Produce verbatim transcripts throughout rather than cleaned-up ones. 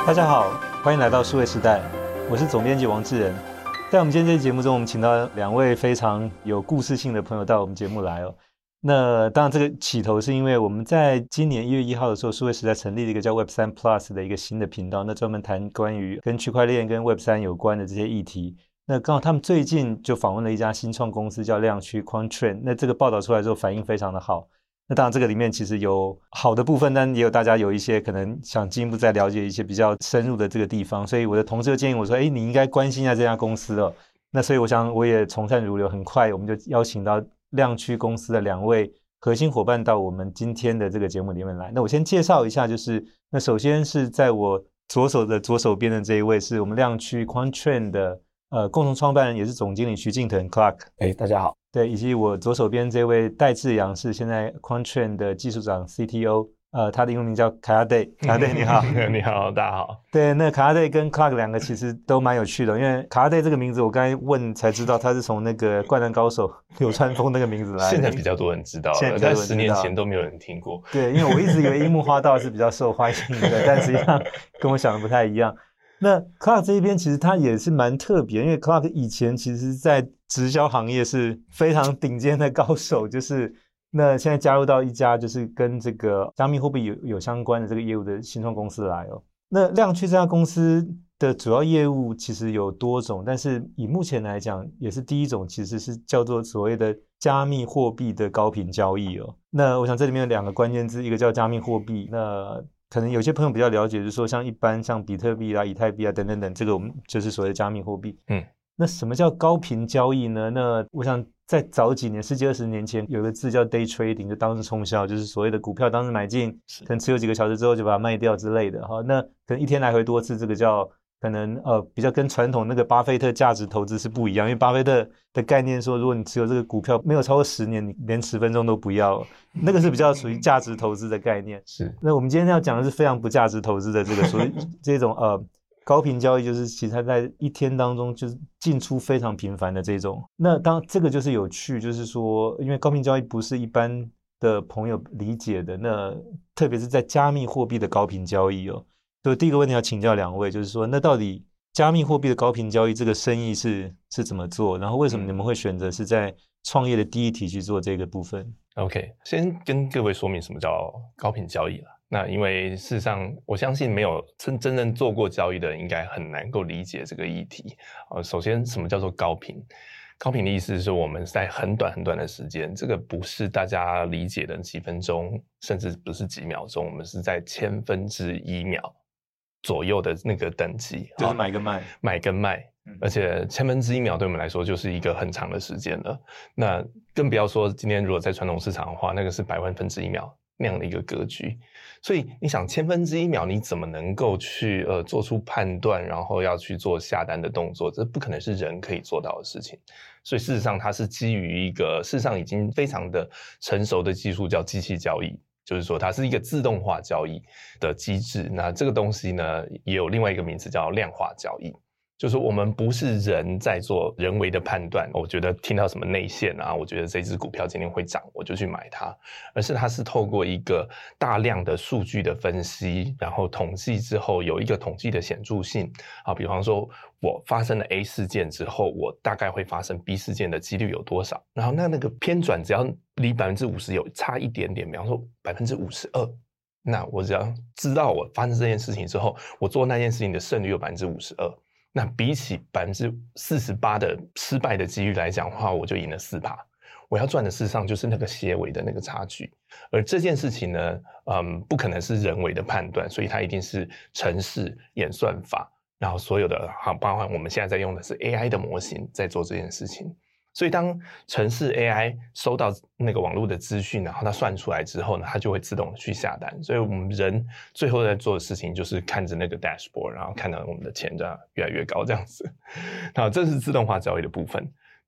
大家好，欢迎来到数位时代，我是总编辑王志仁。在我们今天这期节目中，我们请到两位非常有故事性的朋友到我们节目来哦。那当然，这个起头是因为我们在今年一月一号的时候，数位时代成立了一个叫 Web 三 Plus 的一个新的频道，那专门谈关于跟区块链跟 Web 三有关的这些议题。那刚好他们最近就访问了一家新创公司叫量区 Quantrain， 那这个报道出来之后反应非常的好。那当然这个里面其实有好的部分，但也有大家有一些可能想进一步再了解一些比较深入的这个地方，所以我的同事就建议我说，哎，你应该关心一下这家公司哦。那所以我想我也从善如流，很快我们就邀请到量区公司的两位核心伙伴到我们今天的这个节目里面来。那我先介绍一下，就是那首先是在我左手的左手边的这一位是我们量区 Quantrain 的呃共同创办人，也是总经理徐敬腾 Clark。 哎，大家好。 对，以及我左手边这位戴志阳是现在 Quantrain 的技术长 C T O， 呃，他的英文名叫卡亚戴。卡亚戴你好。 你好，大家好。 对，那卡亚戴跟 Clark 两个其实都蛮有趣的，因为卡亚戴这个名字我刚才问才知道，他是从那个灌篮高手流川枫那个名字来的。 现在比较多人知道了， 现在比较多人知道， 但十年前都没有人听过。 对，因为我一直以为樱木花道是比较受欢迎的，但实际上跟我想的不太一样。那 Clark 这一边其实他也是蛮特别，因为 Clark 以前其实在直销行业是非常顶尖的高手，就是那现在加入到一家就是跟这个加密货币有有相关的这个业务的新创公司来哦。那量区这家公司的主要业务其实有多种，但是以目前来讲也是第一种，其实是叫做所谓的加密货币的高频交易哦。那我想这里面有两个关键字，一个叫加密货币，那可能有些朋友比较了解，就是说像一般像比特币啊、以太币啊等等等，这个我们就是所谓的加密货币。 嗯， 那什么叫高频交易呢？那我想在早几年，十几二十年前，有一个字叫 day trading， 就当日冲销，就是所谓的股票当日买进，可能持有几个小时之后就把它卖掉之类的。哈，那可能一天来回多次，这个叫可能呃比较跟传统那个巴菲特价值投资是不一样，因为巴菲特的概念说，如果你持有这个股票没有超过十年，你连十分钟都不要，那个是比较属于价值投资的概念。 是。 那我们今天要讲的是非常不价值投资的这个属于这种呃高频交易，就是其实它在一天当中就是进出非常频繁的这种。那当这个就是有趣，就是说因为高频交易不是一般的朋友理解的，那特别是在加密货币的高频交易哦。所以第一个问题要请教两位，就是说那到底加密货币的高频交易这个生意是是怎么做，然后为什么你们会选择是在创业的第一题去做这个部分？ OK， 先跟各位说明什么叫高频交易了。那因为事实上我相信没有真真正做过交易的人应该很难够理解这个议题。呃，首先什么叫做高频？高频的意思是我们在很短很短的时间，这个不是大家理解的几分钟，甚至不是几秒钟，我们是在千分之一秒左右的那个等级， 就是买跟卖， 买跟卖，而且千分之一秒对我们来说就是一个很长的时间了。那更不要说今天如果在传统市场的话，那个是百万分之一秒那样的一个格局。所以你想千分之一秒，你怎么能够去呃做出判断，然后要去做下单的动作？这不可能是人可以做到的事情。所以事实上，它是基于一个事实上已经非常的成熟的技术，叫机器交易。就是说它是一个自动化交易的机制，那这个东西呢也有另外一个名字叫量化交易，就是我们不是人在做人为的判断，我觉得听到什么内线啊，我觉得这只股票今天会涨我就去买它，而是它是透过一个大量的数据的分析，然后统计之后有一个统计的显著性啊，比方说我发生了 A 事件之后，我大概会发生 B 事件的几率有多少，然后那那个偏转只要离 百分之五十 有差一点点，比方说 百分之五十二， 那我只要知道我发生这件事情之后，我做那件事情的胜率有 百分之五十二， 那比起 百分之四十八 的失败的几率来讲的话，我就赢了 百分之四。 我要赚的事实上就是那个些微的那个差距，而这件事情呢嗯，不可能是人为的判断，所以它一定是程式演算法，然后所有的好，包括我们现在在用的是 A I 的模型在做这件事情。所以当程式 A I 收到那个网络的资讯，然后它算出来之后呢，它就会自动去下单。所以我们人最后在做的事情就是看着那个 dashboard， 然后看到我们的钱这样越来越高这样子。好，这是自动化交易的部分。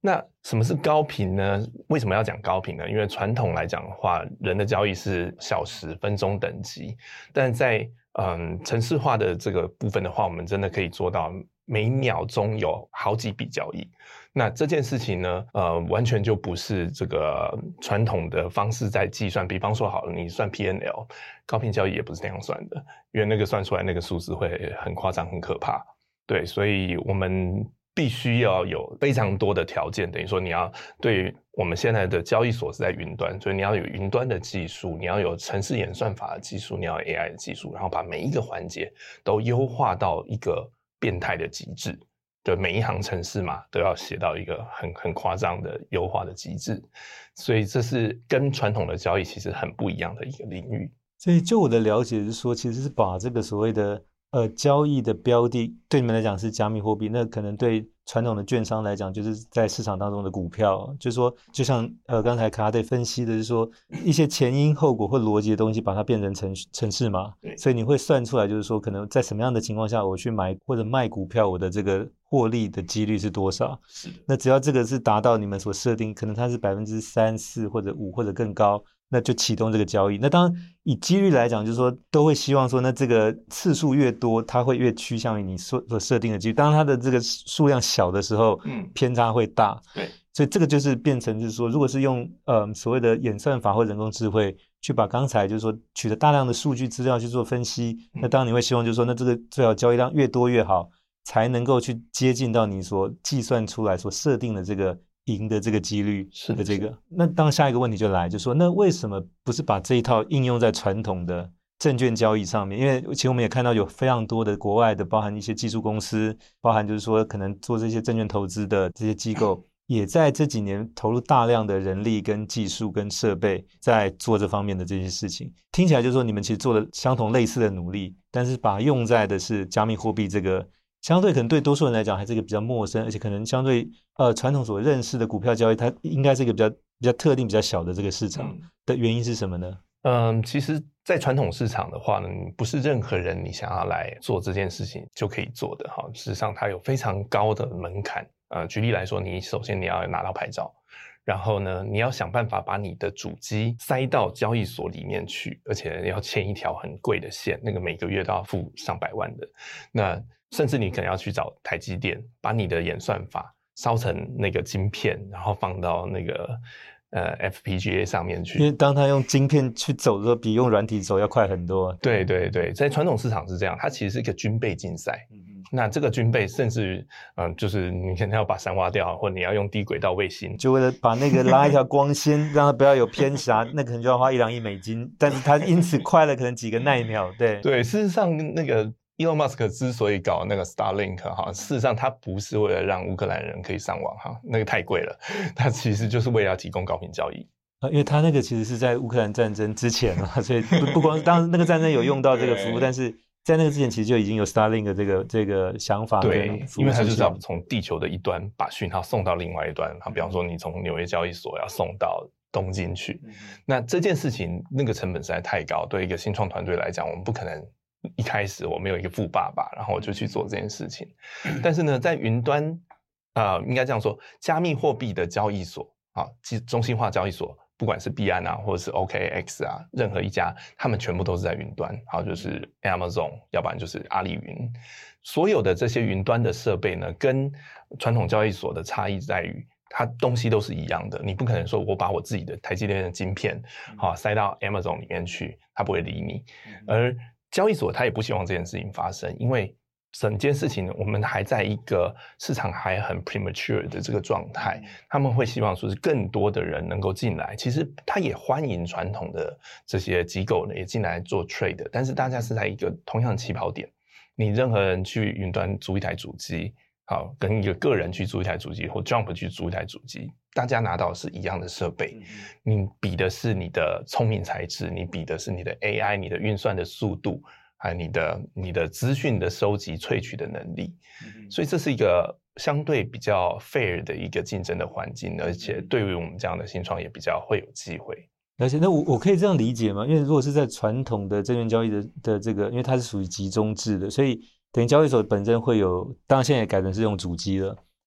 那什么是高频呢？为什么要讲高频呢？因为传统来讲的话，人的交易是小时、分钟等级，但在嗯程式化的这个部分的话，我们真的可以做到每秒钟有好几笔交易。那这件事情呢，呃，完全就不是这个传统的方式在计算。比方说好了，你算 P N L， 高频交易也不是那样算的，因为那个算出来那个数字会很夸张、很可怕。对，所以我们必须要有非常多的条件，等于说你要对于我们现在的交易所是在云端，所以你要有云端的技术，你要有程式演算法的技术，你要有 A I 的技术，然后把每一个环节都优化到一个变态的极致。就每一行程式嘛，都要写到一个很很夸张的优化的机制，所以这是跟传统的交易其实很不一样的一个领域。 所以就我的了解是说，其实是把这个所谓的呃交易的标的，对你们来讲是加密货币，那可能对传统的券商来讲，就是在市场当中的股票，就是说，就像呃刚才卡德分析的是说，一些前因后果或逻辑的东西，把它变成程程式嘛，所以你会算出来，就是说，可能在什么样的情况下，我去买或者卖股票，我的这个获利的几率是多少？ 是的。 那只要这个是达到你们所设定，可能它是百分之三四或者五或者更高。那就启动这个交易。那当然以几率来讲，就是说都会希望说，那这个次数越多，它会越趋向于你所所设定的几率。当它的这个数量小的时候，嗯，偏差会大。 对， 所以这个就是变成就是说，如果是用呃所谓的演算法或人工智慧去把刚才就是说取得大量的数据资料去做分析，嗯、那当然你会希望就是说，那这个最好交易量越多越好，才能够去接近到你所计算出来所设定的这个赢的这个几率的这个。那当下一个问题就来，就说那为什么不是把这一套应用在传统的证券交易上面？因为其实我们也看到有非常多的国外的，包含一些技术公司，包含就是说可能做这些证券投资的这些机构，也在这几年投入大量的人力跟技术跟设备在做这方面的这些事情。听起来就是说你们其实做了相同类似的努力，但是把它用在的是加密货币这个相对可能对多数人来讲还是一个比较陌生，而且可能相对呃传统所认识的股票交易，它应该是一个比较比较特定比较小的这个市场的原因是什么呢？ 嗯，其实在传统市场的话呢，不是任何人你想要来做这件事情就可以做的哈。事实上它有非常高的门槛。呃，举例来说，你首先你要拿到牌照，然后呢，你要想办法把你的主机塞到交易所里面去，而且要牵一条很贵的线，那个每个月都要付上百万的。那甚至你可能要去找台积电，把你的演算法烧成那个晶片，然后放到那个呃 F P G A 上面去。 因为当他用晶片去走的时候，比用软体走要快很多。 对对对，在传统市场是这样，它其实是一个军备竞赛。嗯那这个军备甚至于，嗯、呃，就是你可能要把山挖掉，或者你要用低轨道卫星， 就为了把那个拉一条光纤，让它不要有偏狭，那可能就要花一两亿美金，但是它因此快了可能几个奈秒。对对，事实上那个 Elon Musk 之所以搞那个 Starlink 哈，事实上他不是为了让乌克兰人可以上网哈，那个太贵了，他其实就是为了要提供高频交易。 因为他那个其实是在乌克兰战争之前嘛，所以不不光当时那个战争有用到这个服务，但是在那个之前其实就已经有 Starlink 的这个这个想法跟服务。 对，因为它就是要从地球的一端把讯号送到另外一端。比方说你从纽约交易所要送到东京去，嗯、那这件事情那个成本实在太高，对一个新创团队来讲，我们不可能一开始我没有一个富爸爸，然后我就去做这件事情。但是呢，在云端啊、呃，应该这样说，加密货币的交易所啊，中心化交易所。不管是币安啊，或者是 O K X 啊，任何一家，他们全部都是在云端，好，就是 Amazon， 要不然就是阿里云。所有的这些云端的设备呢，跟传统交易所的差异在于，它东西都是一样的。你不可能说我把我自己的台积电的晶片，好塞到 Amazon 里面去，它不会理你。而交易所它也不希望这件事情发生，因为整件事情我们还在一个市场还很 premature 的这个状态，他们会希望说是更多的人能够进来。其实他也欢迎传统的这些机构呢也进来做 trade， 但是大家是在一个同样的起跑点。你任何人去云端租一台主机，好，跟一个个人去租一台主机，或 Jump 去租一台主机，大家拿到的是一样的设备。你比的是你的聪明才智，你比的是你的 A I， 你的运算的速度。还有你的你的资讯的收集萃取的能力，嗯、所以这是一个相对比较 fair 的一个竞争的环境，而且对于我们这样的新创也比较会有机会。 而且那我我可以这样理解吗？因为如果是在传统的证券交易的的这个，因为它是属于集中制的，所以等于交易所本身会有，当然现在也改成是用主机了，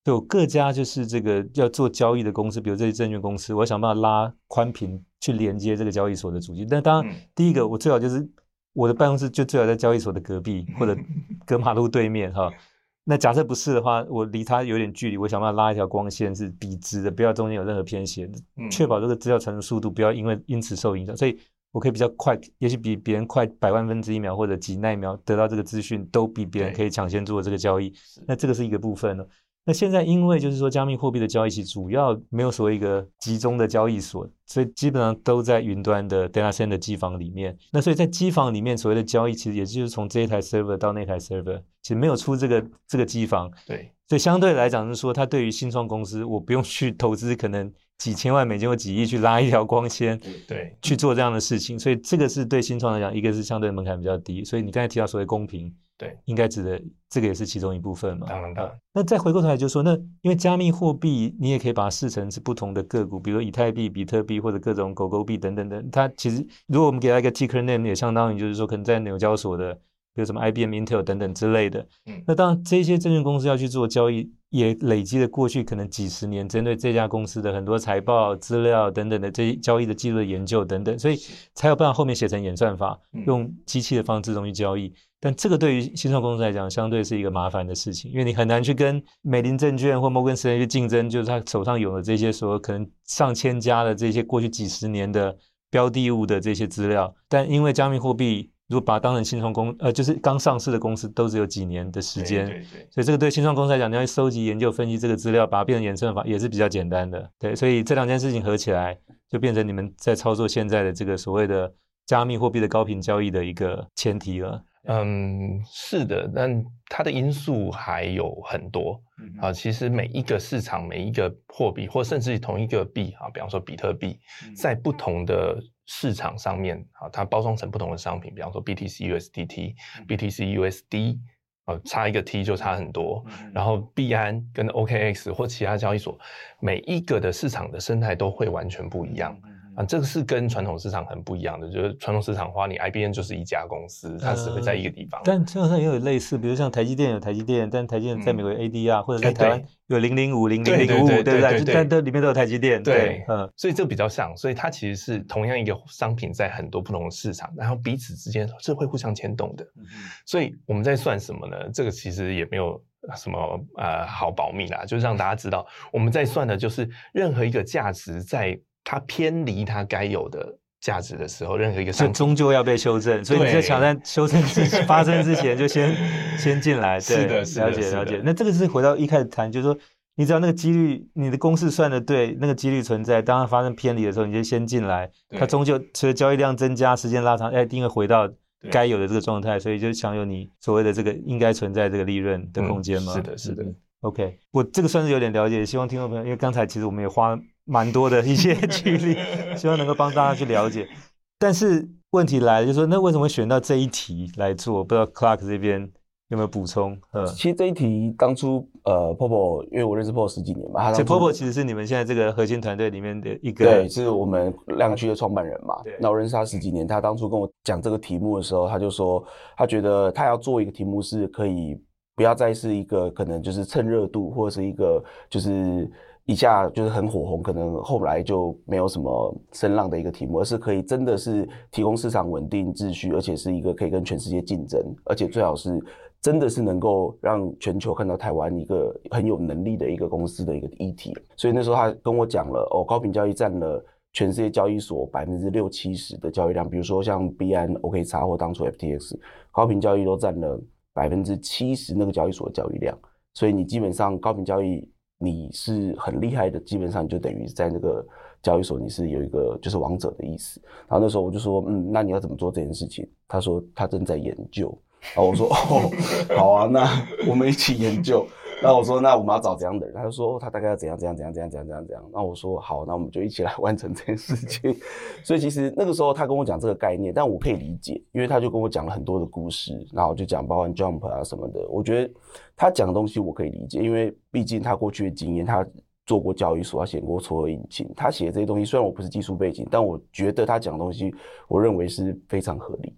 有各家就是这个要做交易的公司，比如这些证券公司，我要想办法拉宽频去连接这个交易所的主机。但当然，第一个我最好就是我的办公室就最好在交易所的隔壁或者隔马路对面哈。那假设不是的话，我离它有点距离，我想办法拉一条光纤是笔直的，不要中间有任何偏斜，确保这个资料传输速度不要因为因此受影响。所以我可以比较快，也许比别人快百万分之一秒或者几奈秒得到这个资讯，都比别人可以抢先做这个交易。那这个是一个部分了。那现在因为就是说加密货币的交易其实主要没有所谓一个集中的交易所，所以基本上都在云端的 data center 机房里面。那所以在机房里面所谓的交易其实也就是从这一台 server 到那台 server， 其实没有出这个这个机房。 对， 所以相对来讲是说，它对于新创公司，我不用去投资可能几千万美金或几亿去拉一条光纤， 对， 去做这样的事情。所以这个是对新创来讲，一个是相对门槛比较低。所以你刚才提到所谓公平， 对， 应该指的这个也是其中一部分嘛。 当然当然。 那再回过头来就说，那因为加密货币，你也可以把它视成是不同的个股，比如以太币、比特币或者各种狗狗币等等的。它其实如果我们给它一个 ticker name， 也相当于就是说可能在纽交所的，比如什么 I B M、Intel 等等之类的。嗯，那当然这些证券公司要去做交易，也累积了过去可能几十年针对这家公司的很多财报、资料等等的这些交易的记录的研究等等，所以才有办法后面写成演算法，用机器的方式容易交易。但这个对于新创公司来讲，相对是一个麻烦的事情，因为你很难去跟美林证券或摩根斯坦利去竞争，就是他手上有的这些所有可能上千家的这些过去几十年的标的物的这些资料。但因为加密货币，如果把它当成新创公呃，就是刚上市的公司，都只有几年的时间，对对对，所以这个对新创公司来讲，你要去收集、研究、分析这个资料，把它变成演算法，也是比较简单的。对，所以这两件事情合起来，就变成你们在操作现在的这个所谓的加密货币的高频交易的一个前提了。 嗯，是的，但它的因素还有很多。嗯、啊，其实每一个市场、每一个货币，或甚至同一个币啊，比方说比特币，嗯、在不同的市场上面啊，它包装成不同的商品，比方说 B T C U S D T、B T C U S D， 啊，差一个 T 就差很多。嗯、然后币安跟 O K X 或其他交易所，每一个的市场的生态都会完全不一样。啊，这个是跟传统市场很不一样的，就是传统市场的话，你 I B M 就是一家公司，它只会在一个地方。呃、 但传统上也有类似，比如像台积电有台积电，但台积电在美国有 A D R，、嗯、或者在台湾有零零五、零零零五，对不对？就但都里面都有台积电。 对，对嗯，所以这比较像，所以它其实是同样一个商品在很多不同的市场，然后彼此之间是会互相牵动的。嗯、所以我们在算什么呢？这个其实也没有什么呃好保密啦，就是让大家知道，我们在算的就是任何一个价值在它偏离它该有的价值的时候，任何一个商品终究要被修正，所以你在抢在修正之发生之前就先先进来。对， 是的，是的， 了解了解。那这个是回到一开始谈，就是说你只要那个几率，你的公式算的对，那个几率存在，当它发生偏离的时候，你就先进来，它终究随着交易量增加、时间拉长，哎，一定会回到该有的这个状态，所以就享有你所谓的这个应该存在这个利润的空间嘛。 嗯、是的，是的。 OK， 我这个算是有点了解，希望听众朋友，因为刚才其实我们也花蛮多的一些距离，希望能够帮大家去了解。但是问题来了，就是说，那为什么会选到这一题来做？不知道 Clark 这边有没有补充？ 其实这一题当初呃 Popo， 因为我认识 Popo 十几年嘛， 所以 Popo 其实是你们现在这个核心团队里面的一个， 对，是我们量区的创办人嘛。那我认识他十几年，他当初跟我讲这个题目的时候，他就说他觉得他要做一个题目是可以。不要再是一个可能就是蹭热度，或者是一个就是一下就是很火红，可能后来就没有什么声浪的一个题目，而是可以真的是提供市场稳定秩序，而且是一个可以跟全世界竞争，而且最好是真的是能够让全球看到台湾一个很有能力的一个公司的一个议题。所以那时候他跟我讲了，哦，高频交易占了全世界交易所百分之六七十的交易量，比如说像币安、O K X 或当初 F T X， 高频交易都占了百分之七十那个交易所的交易量，所以你基本上高频交易你是很厉害的，基本上你就等于在那个交易所你是有一个就是王者的意思。然后那时候我就说，嗯，那你要怎么做这件事情？他说他正在研究。然后我说哦，好啊，那我们一起研究。然后我说那我们要找怎样的人？他就说、哦、他大概要怎样怎样怎样怎样怎样怎样怎样。那我说好，那我们就一起来完成这件事情。所以其实那个时候他跟我讲这个概念，但我可以理解，因为他就跟我讲了很多的故事，然后我就讲包含 Jump 啊什么的。我觉得他讲的东西我可以理解，因为毕竟他过去的经验，他做过交易所，他写过撮合引擎，他写的这些东西虽然我不是技术背景，但我觉得他讲的东西我认为是非常合理的。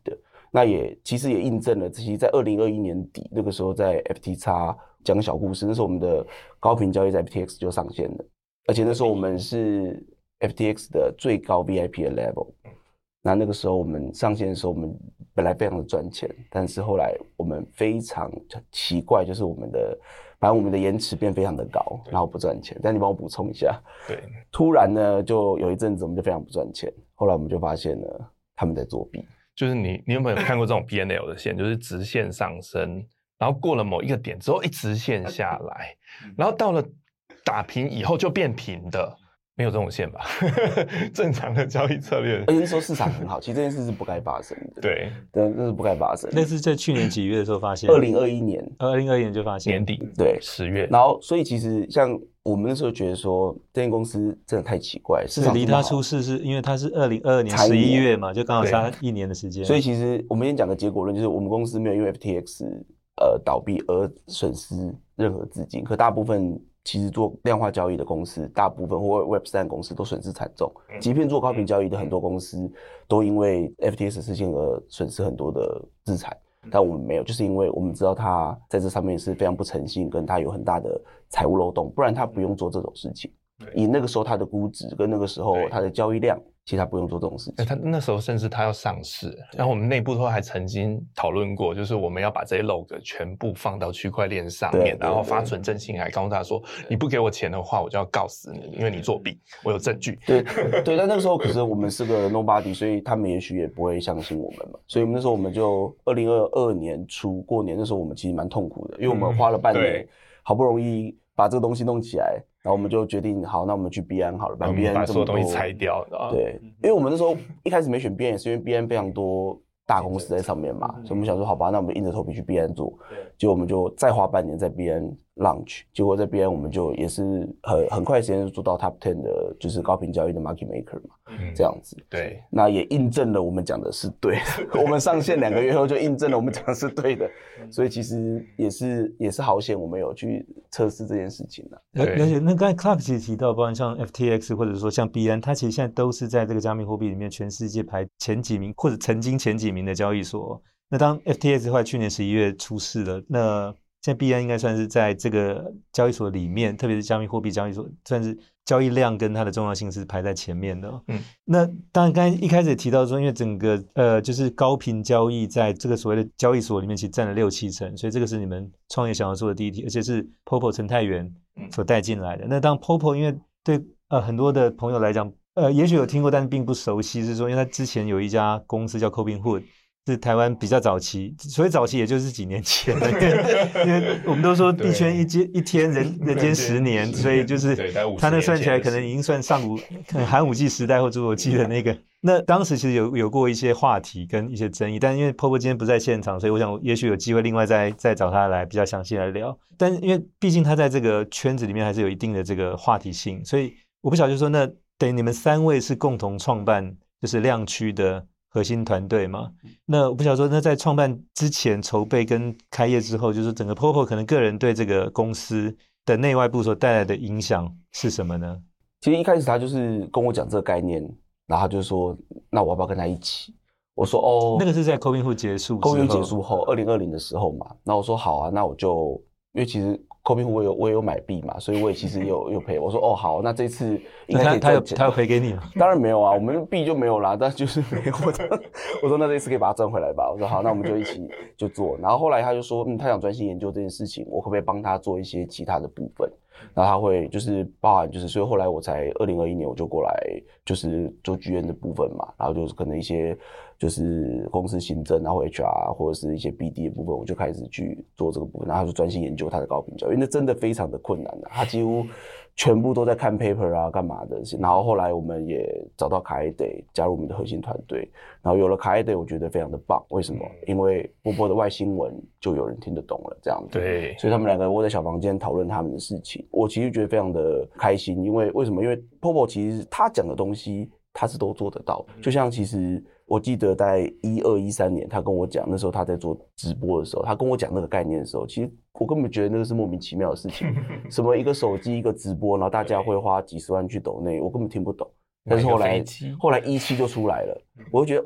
那也其实也印证了，其实在二零二一年底那个时候，在 F T X 讲个小故事，那时候我们的高频交易在 F T X 就上线了，而且那时候我们是 F T X 的最高 V I P 的 level。那那个时候我们上线的时候，我们本来非常的赚钱，但是后来我们非常奇怪，就是我们的反正我们的延迟变非常的高，然后不赚钱。但你帮我补充一下。 对。 突然呢，就有一阵子我们就非常不赚钱，后来我们就发现了他们在作弊。 就是你，你有没有看过这种 P and L 的线？就是直线上升，然后过了某一个点之后，一直线下来，然后到了打平以后就变平的。没有这种线吧？正常的交易策略， 而且那时候市场很好，其实这件事是不该发生的。 对， 对，那是不该发生的。 那是在去年几月的时候发现？ 二零二一年， 二零二一年就发现年底， 对， 十月。 然后，所以其实像我们那时候觉得说，这间公司真的太奇怪，市场离它出事是因为它是二零二二年十一月嘛，就刚好差一年的时间。 所以其实我们先讲个结果论，就是我们公司没有因为 F T X 呃倒闭而损失任何资金，可大部分。其实做量化交易的公司，大部分或 Web 三 公司都损失惨重。即便做高频交易的很多公司，都因为 F T X 事件而损失很多的资产，但我们没有，就是因为我们知道它在这上面是非常不诚信，跟它有很大的财务漏洞，不然它不用做这种事情。以那个时候它的估值跟那个时候它的交易量，其实他不用做这种事情。 他那时候甚至他要上市，然后我们内部都还曾经讨论过，就是我们要把这些 log 全部放到区块链上面，然后发存证信函，告诉他说，你不给我钱的话，我就要告死你，因为你作弊，我有证据。 对对，但那个时候可是我们是个 nobody， 所以他们也许也不会相信我们嘛。所以那时候我们就二零二二年初过年，那时候我们其实蛮痛苦的，因为我们花了半年，嗯、好不容易把这个东西弄起来。然后我们就决定，好，那我们去币安好了，把币安把所有东西拆掉。 对，因为我们那时候一开始没选币安，也是因为币安非常多大公司在上面嘛，所以我们想说，好吧，那我们硬着头皮去币安做。结果我们就再花半年在币安 launch， 结果在币安我们就也是很很快时间就做到 top ten 的，就是高频交易的 market maker 嘛，嗯、这样子。 对， 那也印证了我们讲的是对的。我们上线两个月后就印证了我们讲的是对的，所以其实也是也是好险，我们有去测试这件事情的。 而而且那刚才 Clark 其实提到，包括像 F T X 或者说像币安，它其实现在都是在这个加密货币里面全世界排前几名或者曾经前几名的交易所。那当 F T X 后来去年十一月出事了，那现在币安应该算是在这个交易所里面，特别是加密货币交易所，算是交易量跟它的重要性是排在前面的。嗯，那当然刚才一开始也提到说，因为整个呃就是高频交易在这个所谓的交易所里面其实占了六七成，所以这个是你们创业想要做的第一题，而且是 Popo 陈太元所带进来的。那当 Popo 因为对呃很多的朋友来讲，呃也许有听过，但是并不熟悉，是说因为他之前有一家公司叫 Cobinhood。是台湾比较早期，所以早期也就是几年前了，因为因为我们都说币圈一一天人人间十年，所以就是他那算起来可能已经算上古寒武纪时代或侏罗纪的那个。那当时其实有有过一些话题跟一些争议，但因为 Popo 今天不在现场，所以我想也许有机会另外再再找他来比较详细来聊。但因为毕竟他在这个圈子里面还是有一定的这个话题性，所以我不晓得就说那等于你们三位是共同创办就是量区的核心团队嘛？那我不晓得说，那在创办之前、筹备跟开业之后，就是整个 Popo 可能个人对这个公司的内外部所带来的影响是什么呢？ 其实一开始他就是跟我讲这个概念，然后他就说：“那我要不要跟他一起？”我说：“哦， 那个是在 Cobinhood 结束 ，Cobinhood 结束后，二零二零的时候嘛。”然后我说：“好啊，那我就因为其实。” Cobinhood 我有我也有买币嘛，所以我也其实有有赔。我说哦好，那这次应该可以他他有他有赔给你吗？ 当然没有啊，我们币就没有啦，但就是没有。我说那这次可以把它赚回来吧。我说好，那我们就一起就做。然后后来他就说，嗯，他想专心研究这件事情，我可不可以帮他做一些其他的部分？然后他会就是包含就是，所以后来我才二零二一年我就过来就是做 G M 的部分嘛，然后就是可能一些就是公司行政然后 H R 或者是一些 B D 的部分，我就开始去做这个部分，然后他就专心研究他的高频交易，因为那真的非常的困难的、啊，他几乎全部都在看 paper 啊干嘛的。然后后来我们也找到卡 Day 加入我们的核心团队，然后有了卡 Day 我觉得非常的棒，为什么？因为波波的外新闻就有人听得懂了这样子， 对， 所以他们两个窝在小房间讨论他们的事情，我其实觉得非常的开心，因为为什么？因为 Popo 其实他讲的东西他是都做得到的，就像其实我记得在一二一三年他跟我讲，那时候他在做直播的时候，他跟我讲那个概念的时候，其实我根本觉得那个是莫名其妙的事情，什么一个手机一个直播，然后大家会花几十万去抖内，我根本听不懂。但是后来后来一期就出来了，我就觉得哦，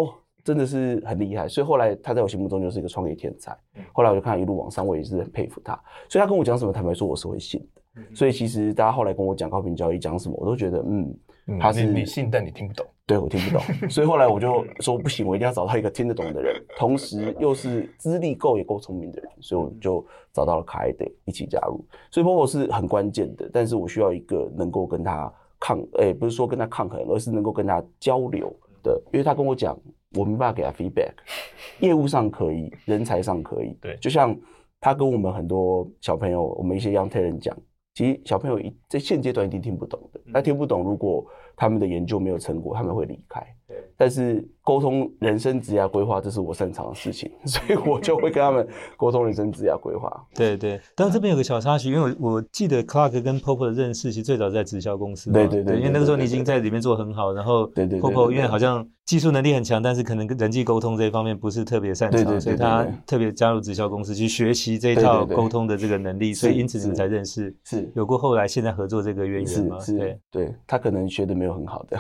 真的是很厉害，所以后来他在我心目中就是一个创业天才。后来我就看他一路往上，我也是很佩服他。所以他跟我讲什么，坦白说我是会信的。所以其实大家后来跟我讲高频交易讲什么，我都觉得嗯，他是、 嗯、你, 你信，但你听不懂。 对，我听不懂。所以后来我就说不行，我一定要找到一个听得懂的人，同时又是资历够也够聪明的人。所以我就找到了卡艾德一起加入。所以 Popo 是很关键的，但是我需要一个能够跟他抗，诶，不是说跟他抗衡，而是能够跟他交流的，因为他跟我讲，我没办法给他 feedback， 业务上可以，人才上可以， 对， 就像他跟我们很多小朋友，我们一些 young talent 讲，其实小朋友在现阶段一定听不懂的，他听不懂，如果他们的研究没有成果，他们会离开。对，但是沟通人生职业规划，这是我擅长的事情，所以我就会跟他们沟通人生职业规划。 对对，当然这边有个小插曲，因为我我记得 Clark 跟 Popo 的认识，其实最早在直销公司嘛。 对对 对, 对, 对， 因为那个时候你已经在里面做很好，然后 Popo 因为好像技术能力很强，但是可能人际沟通这一方面不是特别擅长，对对对对对，所以他特别加入直销公司去学习这一套沟通的这个能力，对对对，所以因此你们才认识， 是有过后来现在合作这个渊源吗？ 是是，对对，他可能学的没有很好的。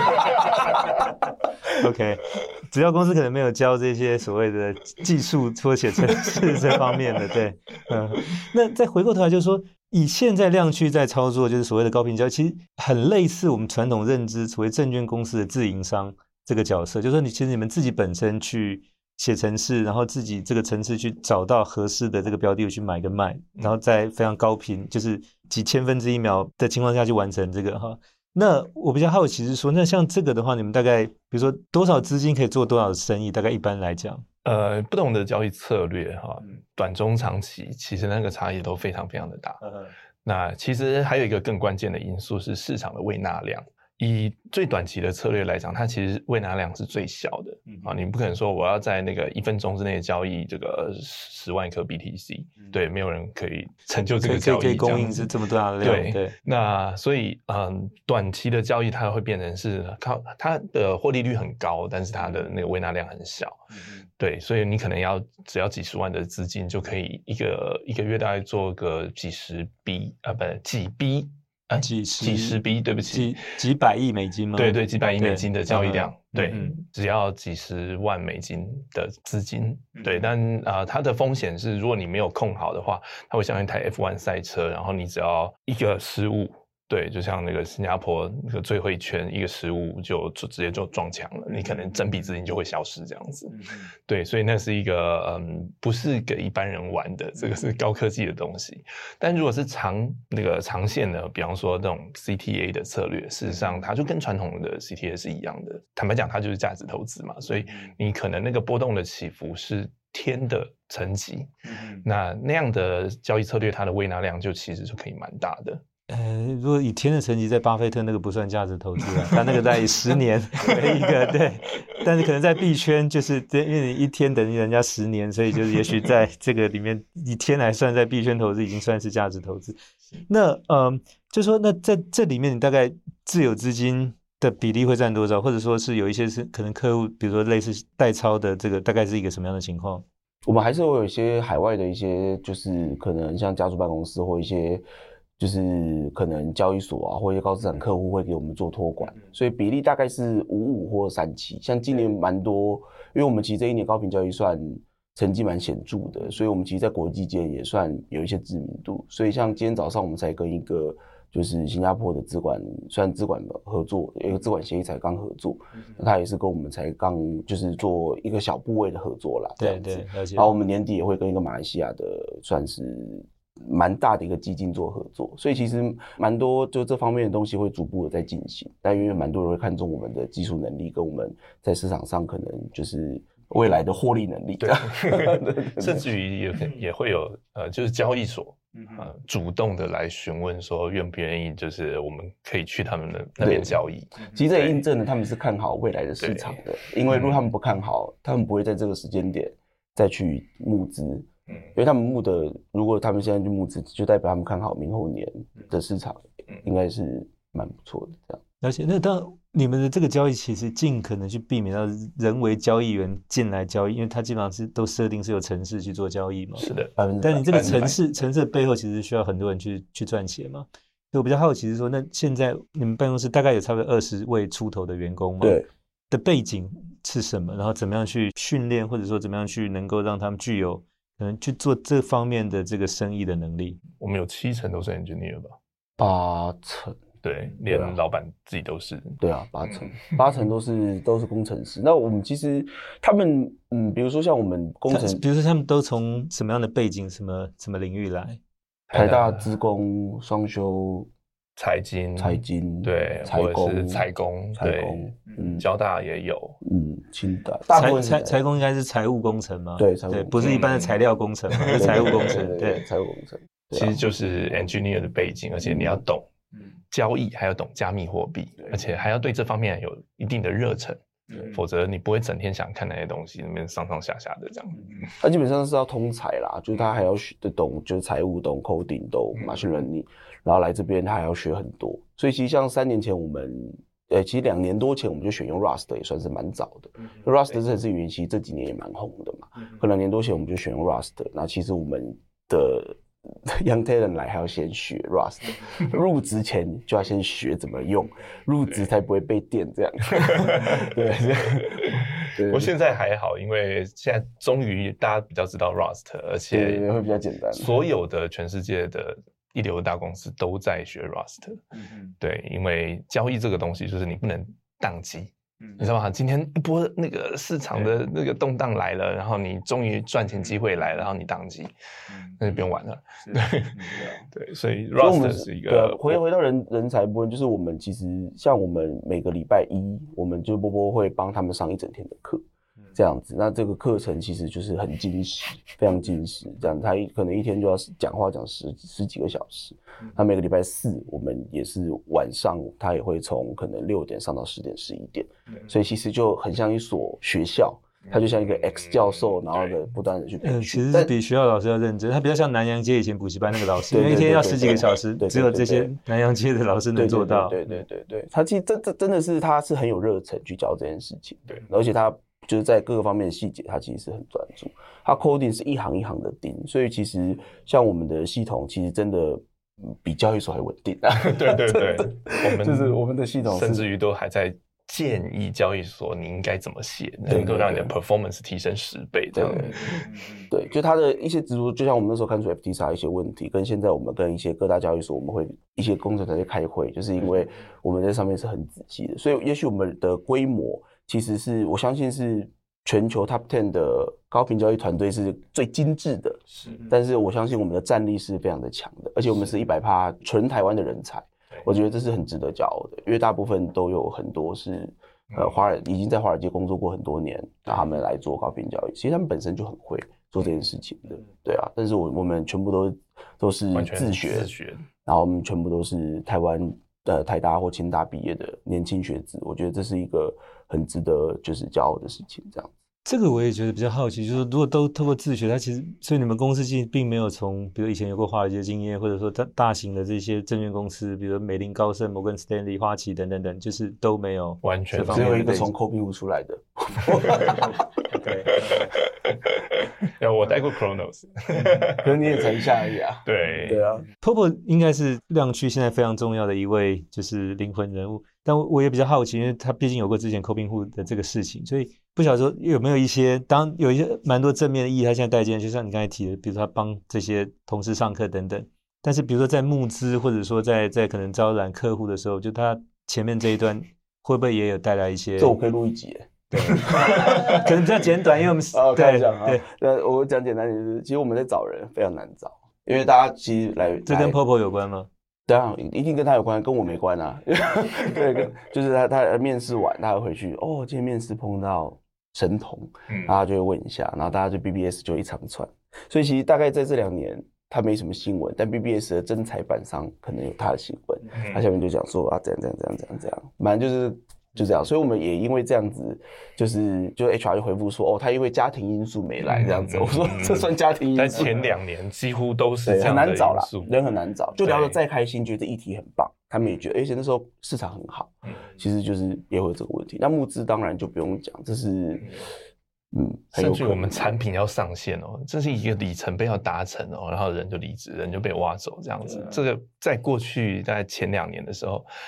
OK， 直销公司可能没有教这些所谓的技术或写程式这方面的，对，嗯，那再回过头来就是说，以现在量区在操作，就是所谓的高频交易，其实很类似我们传统认知所谓证券公司的自营商这个角色，就是说你其实你们自己本身去写程式，然后自己这个程式去找到合适的这个标的去买跟卖，然后在非常高频，就是几千分之一秒的情况下去完成这个哈。那我比较好奇是说，那像这个的话，你们大概比如说多少资金可以做多少的生意？大概一般来讲， 呃，不同的交易策略哈，短中长期其实那个差异都非常非常的大。嗯、那其实还有一个更关键的因素是市场的未纳量。以最短期的策略来讲，它其实未纳量是最小的、嗯、啊，你不可能说我要在那个一分钟之内交易这个十万颗 B T C，、嗯、对，没有人可以成就这个交易， 可以供应是这么大的量， 对对。那所以嗯，短期的交易它会变成是靠它的获利率很高，但是它的那个未纳量很小，嗯、对，所以你可能要只要几十万的资金就可以一个一个月大概做个几十 B 啊，不几 B。啊、几十几十 B， 对不起， 几几百亿美金吗？ 对对，几百亿美金的交易量，对， 嗯、 只要几十万美金的资金，嗯、对，但啊、呃，它的风险是，如果你没有控好的话，它会像一台 F 一 赛车，然后你只要一个失误。对，就像那个新加坡那个最后一圈一个失误就就直接就撞墙了，你可能整笔资金就会消失这样子。嗯、对，所以那是一个嗯，不是给一般人玩的，这个是高科技的东西。但如果是长那个长线的，比方说这种 C T A 的策略，事实上它就跟传统的 C T A 是一样的。坦白讲，它就是价值投资嘛，所以你可能那个波动的起伏是天的层级。嗯、那那样的交易策略，它的未纳量就其实是可以蛮大的。 呃，如果以天的成绩，在巴菲特那个不算价值投资啊，他那个在十年为一个对，但是可能在币圈就是因为你一天等于人家十年，所以就是也许在这个里面以天来算，在币圈投资已经算是价值投资。那呃，就说那在这里面，你大概自有资金的比例会占多少？或者说是有一些是可能客户，比如说类似代操的这个，大概是一个什么样的情况？ 我们还是会有一些海外的一些，就是可能像家族办公司或一些。就是可能交易所啊，或一些高资产客户会给我们做托管，所以比例大概是五五或三七。像今年蛮多，因为我们其实这一年高频交易算成绩蛮显著的，所以我们其实在国际间也算有一些知名度。所以像今天早上我们才跟一个就是新加坡的资管，虽然资管合作，有一个资管协议才刚合作，那他也是跟我们才刚就是做一个小部位的合作啦。 对对，了解。 然后我们年底也会跟一个马来西亚的算是。蛮大的一个基金做合作，所以其实蛮多就这方面的东西会逐步的在进行，但因为蛮多人会看重我们的技术能力跟我们在市场上可能就是未来的获利能力， 对，甚至于也也会有呃，就是交易所呃主动的来询问说愿不愿意，就是我们可以去他们的那边交易。 其实这也印证了他们是看好未来的市场的，因为如果他们不看好，他们不会在这个时间点再去募资。嗯，因为他们募的，如果他们现在去募资，就代表他们看好明后年的市场，嗯、应该是蛮不错的。这样， 而且那当然，你们的这个交易其实尽可能去避免到人为交易员进来交易，因为它基本上是都设定是有程式去做交易嘛。 是的， 但你这个程式程式背后其实需要很多人去去撰写嘛。所以我比较好奇是说，那现在你们办公室大概有差不多二十位出头的员工吗？ 对。 的背景是什么，然后怎么样去训练，或者说怎么样去能够让他们具有可能去做这方面的这个生意的能力。 我们有七成都是 engineer 吧？ 八成。 对，连老板自己都是。 对啊，八成，八成都是都是工程师。那我们其实他们，嗯，比如说像我们工程， 比如说他们都从什么样的背景、什么什么领域来？ 台大资工、双修、 财经、 财经， 对， 财工、 或者是财工、 财工， 嗯，交大也有， 嗯，清大，大部分财财工应该是财务工程吗？ 对，财务对，不是一般的材料工程，是财务工程，对， 财务工程， 其实就是 engineer 的背景，而且你要懂。交易还要懂加密货币，而且还要对这方面有一定的热忱，否则你不会整天想看那些东西，那边上上下下的这样。 他基本上是要通才啦，就是他还要学得懂，就是财务、懂 coding、懂 machine learning，然后来这边他还要学很多。所以其实像三年前我们，呃，其实两年多前我们就选用 Rust 也算是蛮早的。Rust 这程式语言其实这几年也蛮红的嘛，可两年多前我们就选用 Rust， 那其实我们的Young Talent 来还要先学 Rust， 入职前就要先学怎么用，入职才不会被电这样。对， 不过现在还好，因为现在终于大家比较知道 Rust， 而且会比较简单。 所有的全世界的一流的大公司都在学 Rust。嗯、对，因为交易这个东西就是你不能宕机。你知道吗？今天一波那个市场的那个动荡来了，然后你终于赚钱机会来了，然后你宕机，那就不用玩了。对对，所以 Rust 是一个回回到人人才部分，就是我们其实像我们每个礼拜一，我们就波波会帮他们上一整天的课，这样子。那这个课程其实就是很精实，非常精实。这样他可能一天就要讲话讲十十几个小时。那每个礼拜四我们也是晚上，他也会从可能六点上到十点十一点，所以其实就很像一所学校，他就像一个 X 教授，然后的不断的去培训。 嗯，其实是比学校老师要认真，他比较像南洋街以前补习班那个老师，因为一天要十几个小时，只有这些南洋街的老师能做到。 对对对对，他其实真真真的是他是很有热忱去教这件事情，对，而且他就是在各个方面的细节，他其实是很专注。他 coding 是一行一行的盯，所以其实像我们的系统，其实真的比交易所还稳定啊。 对对对，我们就是我们的系统， 甚至于都还在建议交易所你应该怎么写，能够让你的 performance 提升十倍这样。 对，对，就它的一些指出，就像我们那时候看出 F T X 一些问题，跟现在我们跟一些各大交易所，我们会一些工程团队开会，就是因为我们在上面是很仔细的，所以也许我们的规模其实是我相信是全球 top ten 的高频交易团队是最精致的，是，但是我相信我们的战力是非常的强的，而且我们是 百分之百 纯台湾的人才。我觉得这是很值得骄傲的，因为大部分都有很多是呃华尔已经在华尔街工作过很多年，让他们来做高频交易，其实他们本身就很会做这件事情的，对啊。但是我我们全部都都是自学， 自学， 然后我们全部都是台湾呃台大或清大毕业的年轻学子，我觉得这是一个很值得就是骄傲的事情，这样。 这个我也觉得比较好奇，就是说如果都透过自学，它其实所以你们公司其实并没有从比如以前有过华尔街经验，或者说大大型的这些证券公司，比如美林高盛、摩根斯丹利、花旗等等等，就是都没有完全只有一个从 copy 出来的。 对， 我带过 Chronos， 可是你也才一下而已啊。 对对啊 ，Popo 应该是量区现在非常重要的一位就是灵魂人物，但我也比较好奇，因为他毕竟有过之前 coping 户的这个事情，所以不晓得说有没有一些，当然有一些蛮多正面的意义，他现在带进，就像你刚才提的，比如说他帮这些同事上课等等。但是比如说在募资或者说在在可能招揽客户的时候，就他前面这一段会不会也有带来一些？ 这我可以录一集耶。 对，可能比较简短，因为我们哦， 对对对，我讲简单点，就是其实我们在找人非常难找，因为大家其实来， 这跟 Popo 有关吗？ 当然一定跟他有关，跟我没关啊。对，就是他他面试完，他会回去，哦，今天面试碰到神童，然后他就会问一下，然后大家就 B B S 就一长串，所以其实大概在这两年。他没什么新闻，但 B B S 的真材板上可能有他的新闻，他下面就讲说啊，怎样怎样怎样怎样怎样，反正就是就这样。所以我们也因为这样子，就是就 H R 就回复说，哦，他因为家庭因素没来这样子。我说这算家庭因素？ 在前两年几乎都是这样的因素， 很难找啦，人很难找。就聊得再开心，觉得议题很棒，他们也觉得，而且那时候市场很好，其实就是也会有这个问题。那募资当然就不用讲，这是。嗯， 甚至我们产品要上线哦，这是一个里程碑要达成哦，然后人就离职，人就被挖走这样子。啊、这个在过去在前两年的时候，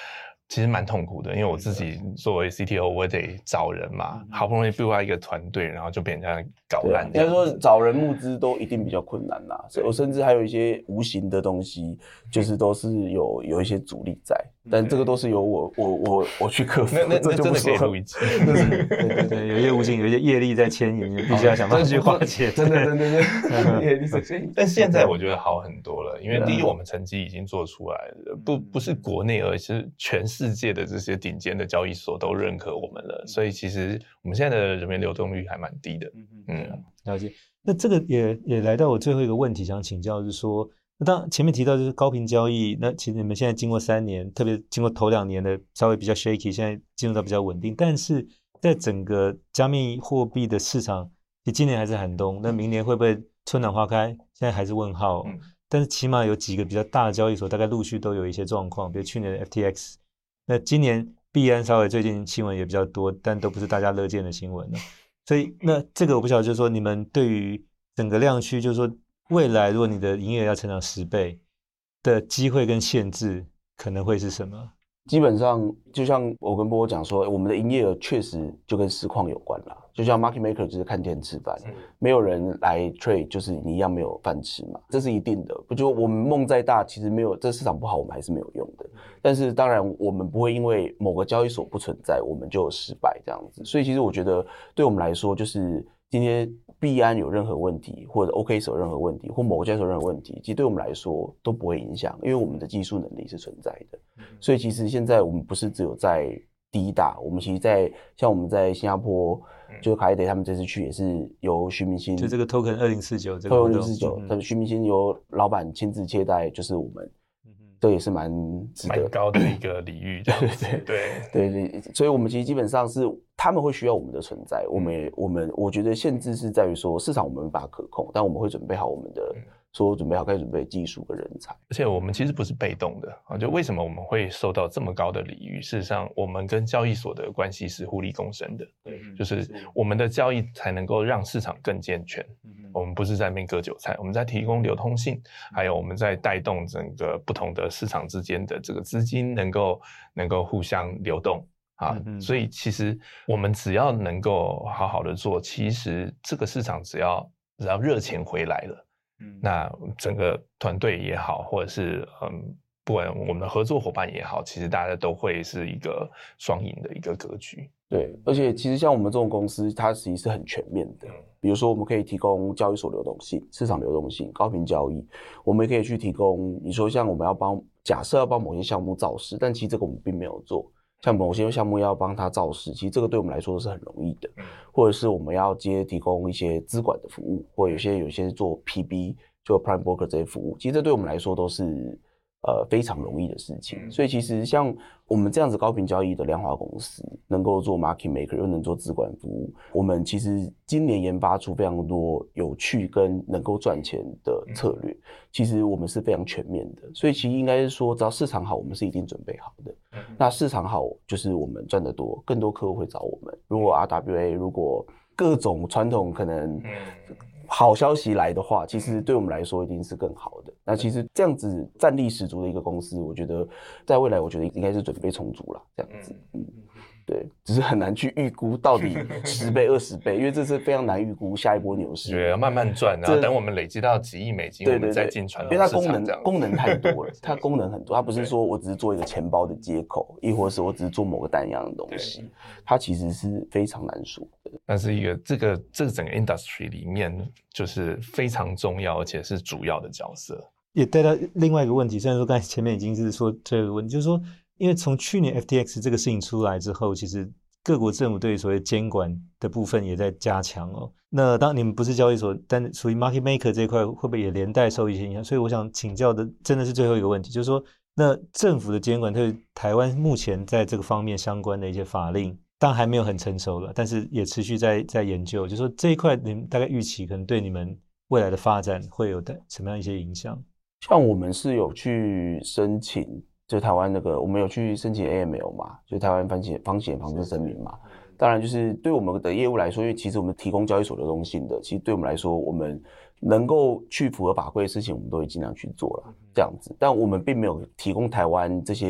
其实蛮痛苦的，因为我自己作为 C T O， 我得找人嘛，好不容易 build 到一个团队，然后就被人家搞烂。 应该说找人募资都一定比较困难啦，所以我甚至还有一些无形的东西，就是都是有有一些阻力在，但这个都是由我我我我去克服。 那那那真的可以说录一集。 对对对，有一些无形，有一些业力在牵引，你必须要想办法去化解。 真的真的真的业力在牵引。 但现在我觉得好很多了，因为第一，我们成绩已经做出来了，不不是国内，而是全世界的这些顶尖的交易所都认可我们了，所以其实我们现在的人员流动率还蛮低的。嗯， 了解。那这个也也来到我最后一个问题，想请教就是说，那当前面提到就是高频交易，那其实你们现在经过三年，特别经过头两年的稍微比较 shaky， 现在进入到比较稳定，但是在整个加密货币的市场，其实今年还是寒冬，那明年会不会春暖花开？现在还是问号。嗯，但是起码有几个比较大的交易所，大概陆续都有一些状况，比如去年的 F T X， 那今年币安稍微最近新闻也比较多，但都不是大家乐见的新闻了。所以那这个我不晓得，就是说你们对于整个量区，就是说未来如果你的营业额要成长十倍的机会跟限制可能会是什么？ 基本上就像我跟波波讲说，我们的营业额确实就跟市况有关啦。就像 market maker 就是看天吃饭，没有人来 trade 就是你一样没有饭吃嘛，这是一定的。不就我们梦再大，其实没有这市场不好，我们还是没有用的。但是当然我们不会因为某个交易所不存在，我们就有失败这样子。所以其实我觉得对我们来说，就是今天币安有任何问题，或者 O K 有任何问题，或某个交易所有任何问题，其实对我们来说都不会影响，因为我们的技术能力是存在的。所以其实现在我们不是只有在第一大，我们其实在像我们在新加坡，就是卡伊德他们这次去也是由徐明星， 就这个 token 二零四九这个 token 二零四九，他们徐明星由老板亲自接待，就是我们。这也是蛮值得蛮高的一个礼遇，对对对对对，所以我们其实基本上是他们会需要我们的存在，我们也我们我觉得限制是在于说市场我们没办法可控，但我们会准备好我们的。说准备好该准备技术跟人才， 而且我们其实不是被动的啊，就为什么我们会受到这么高的礼遇？事实上，我们跟交易所的关系是互利共生的，对，就是我们的交易才能够让市场更健全。我们不是在那边割韭菜，我们在提供流通性，还有我们在带动整个不同的市场之间的这个资金能够能够互相流动。啊，所以其实我们只要能够好好的做，其实这个市场只要只要热钱回来了。嗯，那整个团队也好，或者是嗯，不管我们的合作伙伴也好，其实大家都会是一个双赢的一个格局。 对，而且其实像我们这种公司，它其实是很全面的。比如说，我们可以提供交易所流动性、市场流动性、高频交易，我们也可以去提供。你说像我们要帮，假设要帮某些项目造势，但其实这个我们并没有做。像某些项目要帮他造势，其实这个对我们来说是很容易的，或者是我们要接提供一些资管的服务，或者有些有些做 P B 做 Prime Broker 这些服务，其实这对我们来说都是呃非常容易的事情。所以其实像我们这样子高频交易的量化公司，能够做 Market Maker 又能做资管服务，我们其实今年研发出非常多有趣跟能够赚钱的策略。其实我们是非常全面的，所以其实应该是说，只要市场好，我们是一定准备好的。那市场好，就是我们赚得多，更多客户会找我们。如果 R W A， 如果各种传统可能好消息来的话，其实对我们来说一定是更好的。那其实这样子战力十足的一个公司，我觉得在未来，我觉得应该是准备充足啦，这样子。嗯，对，只是很难去预估到底十倍、二十倍，因为这是非常难预估下一波牛市。 对，要慢慢赚，然后等我们累积到几亿美金，我们再进传统市场。 因为它功能功能太多了，它功能很多，它不是说我只是做一个钱包的接口，亦或是我只是做某个单样的东西，它其实是非常难说的。 但是一个这个这个整个 industry 里面，就是非常重要而且是主要的角色。 也带到另外一个问题，虽然说刚才前面已经是说这个问题，就是说，因为从去年 F T X 这个事情出来之后，其实各国政府对于所谓监管的部分也在加强哦。那当然你们不是交易所，但属于 market maker 这一块会不会也连带受一些影响？所以我想请教的真的是最后一个问题，就是说，那政府的监管对台湾目前在这个方面相关的一些法令，当然还没有很成熟了，但是也持续在在研究，就是说这一块你们大概预期可能对你们未来的发展会有什么样一些影响？ 像我们是有去申请，就台湾那个我们有去申请 A M L 嘛，就台湾风险风险防治声明嘛。当然就是对我们的业务来说，因为其实我们提供交易所流动性的，其实对我们来说，我们能够去符合法规的事情，我们都会尽量去做了这样子。但我们并没有提供台湾这些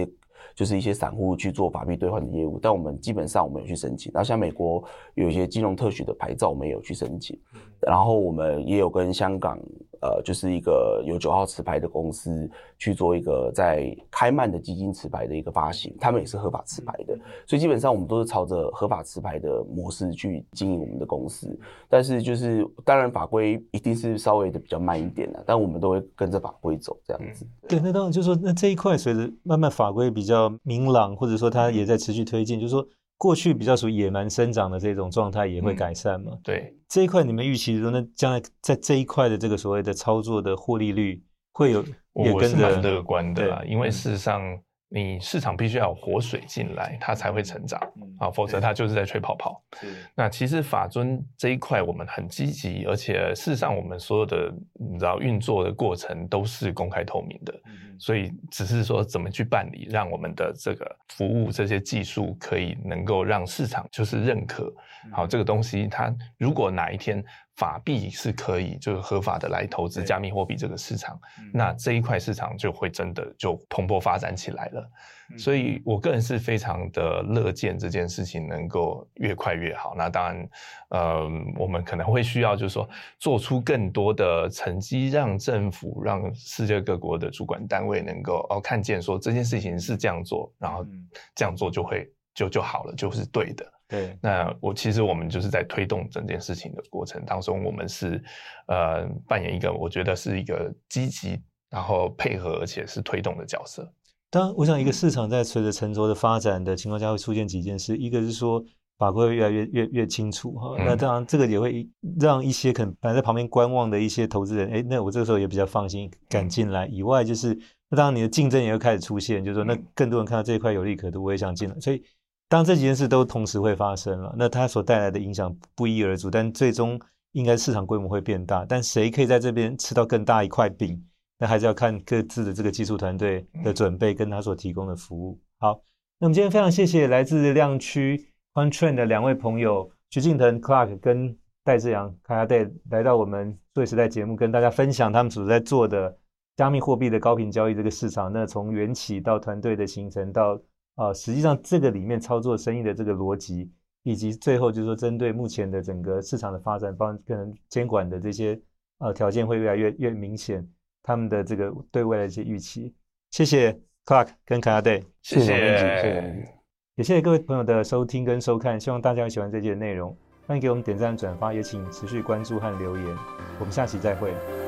就是一些散户去做法币兑换的业务，但我们基本上我们有去申请。然后像美国有一些金融特许的牌照，我们也有去申请。然后我们也有跟香港呃，就是一个有九号持牌的公司去做一个在开曼的基金持牌的一个发行，他们也是合法持牌的，所以基本上我们都是朝着合法持牌的模式去经营我们的公司。但是就是当然法规一定是稍微的比较慢一点啦，但我们都会跟着法规走这样子。 对，那当然就是说，那这一块随着慢慢法规比较明朗，或者说它也在持续推进，就是说过去比较属于野蛮生长的这种状态也会改善嘛。 嗯、对， 这一块你们预期说，那将来在这一块的这个所谓的操作的获利率会有也跟着， 我是蛮乐观的啦，因为事实上你市场必须要有活水进来，它才会成长、嗯、啊，否则它就是在吹泡泡。那其实法遵这一块我们很积极，而且事实上我们所有的你知道运作的过程都是公开透明的、嗯、所以只是说怎么去办理，让我们的这个服务这些技术可以能够让市场就是认可。好，这个东西它如果哪一天法币是可以就是合法的来投资加密货币这个市场，那这一块市场就会真的就蓬勃发展起来了。所以我个人是非常的乐见这件事情能够越快越好。那当然呃，我们可能会需要就是说做出更多的成绩，让政府让世界各国的主管单位能够哦看见说这件事情是这样做，然后这样做就会就就好了，就是对的。 对， 那我其实我们就是在推动整件事情的过程当中，我们是呃扮演一个我觉得是一个积极然后配合而且是推动的角色。 当然我想一个市场在随着成熟的发展的情况下会出现几件事，一个是说法规会越来越越越清楚哈、嗯，那当然这个也会让一些可能本来在旁边观望的一些投资人，哎，那我这个时候也比较放心敢进来。以外就是那当然你的竞争也会开始出现，就是说那更多人看到这一块有利可图，我也想进来，所以当这几件事都同时会发生了，那它所带来的影响不一而足，但最终应该市场规模会变大，但谁可以在这边吃到更大一块饼，那还是要看各自的这个技术团队的准备跟他所提供的服务。好，那我们今天非常谢谢来自量区 Quanttrend 的两位朋友徐敬腾 Clark 跟戴志扬 Kayade 来到我们数位时代节目，跟大家分享他们所在做的加密货币的高频交易这个市场，那从缘起到团队的形成到呃，实际上这个里面操作生意的这个逻辑，以及最后就是说针对目前的整个市场的发展，包括可能监管的这些呃条件会越来越越明显，他们的这个对未来的一些预期。谢谢 Clark 跟 Kayade， 谢谢，谢谢， 也谢谢各位朋友的收听跟收看，希望大家喜欢这期的内容，欢迎给我们点赞转发，也请持续关注和留言，我们下期再会。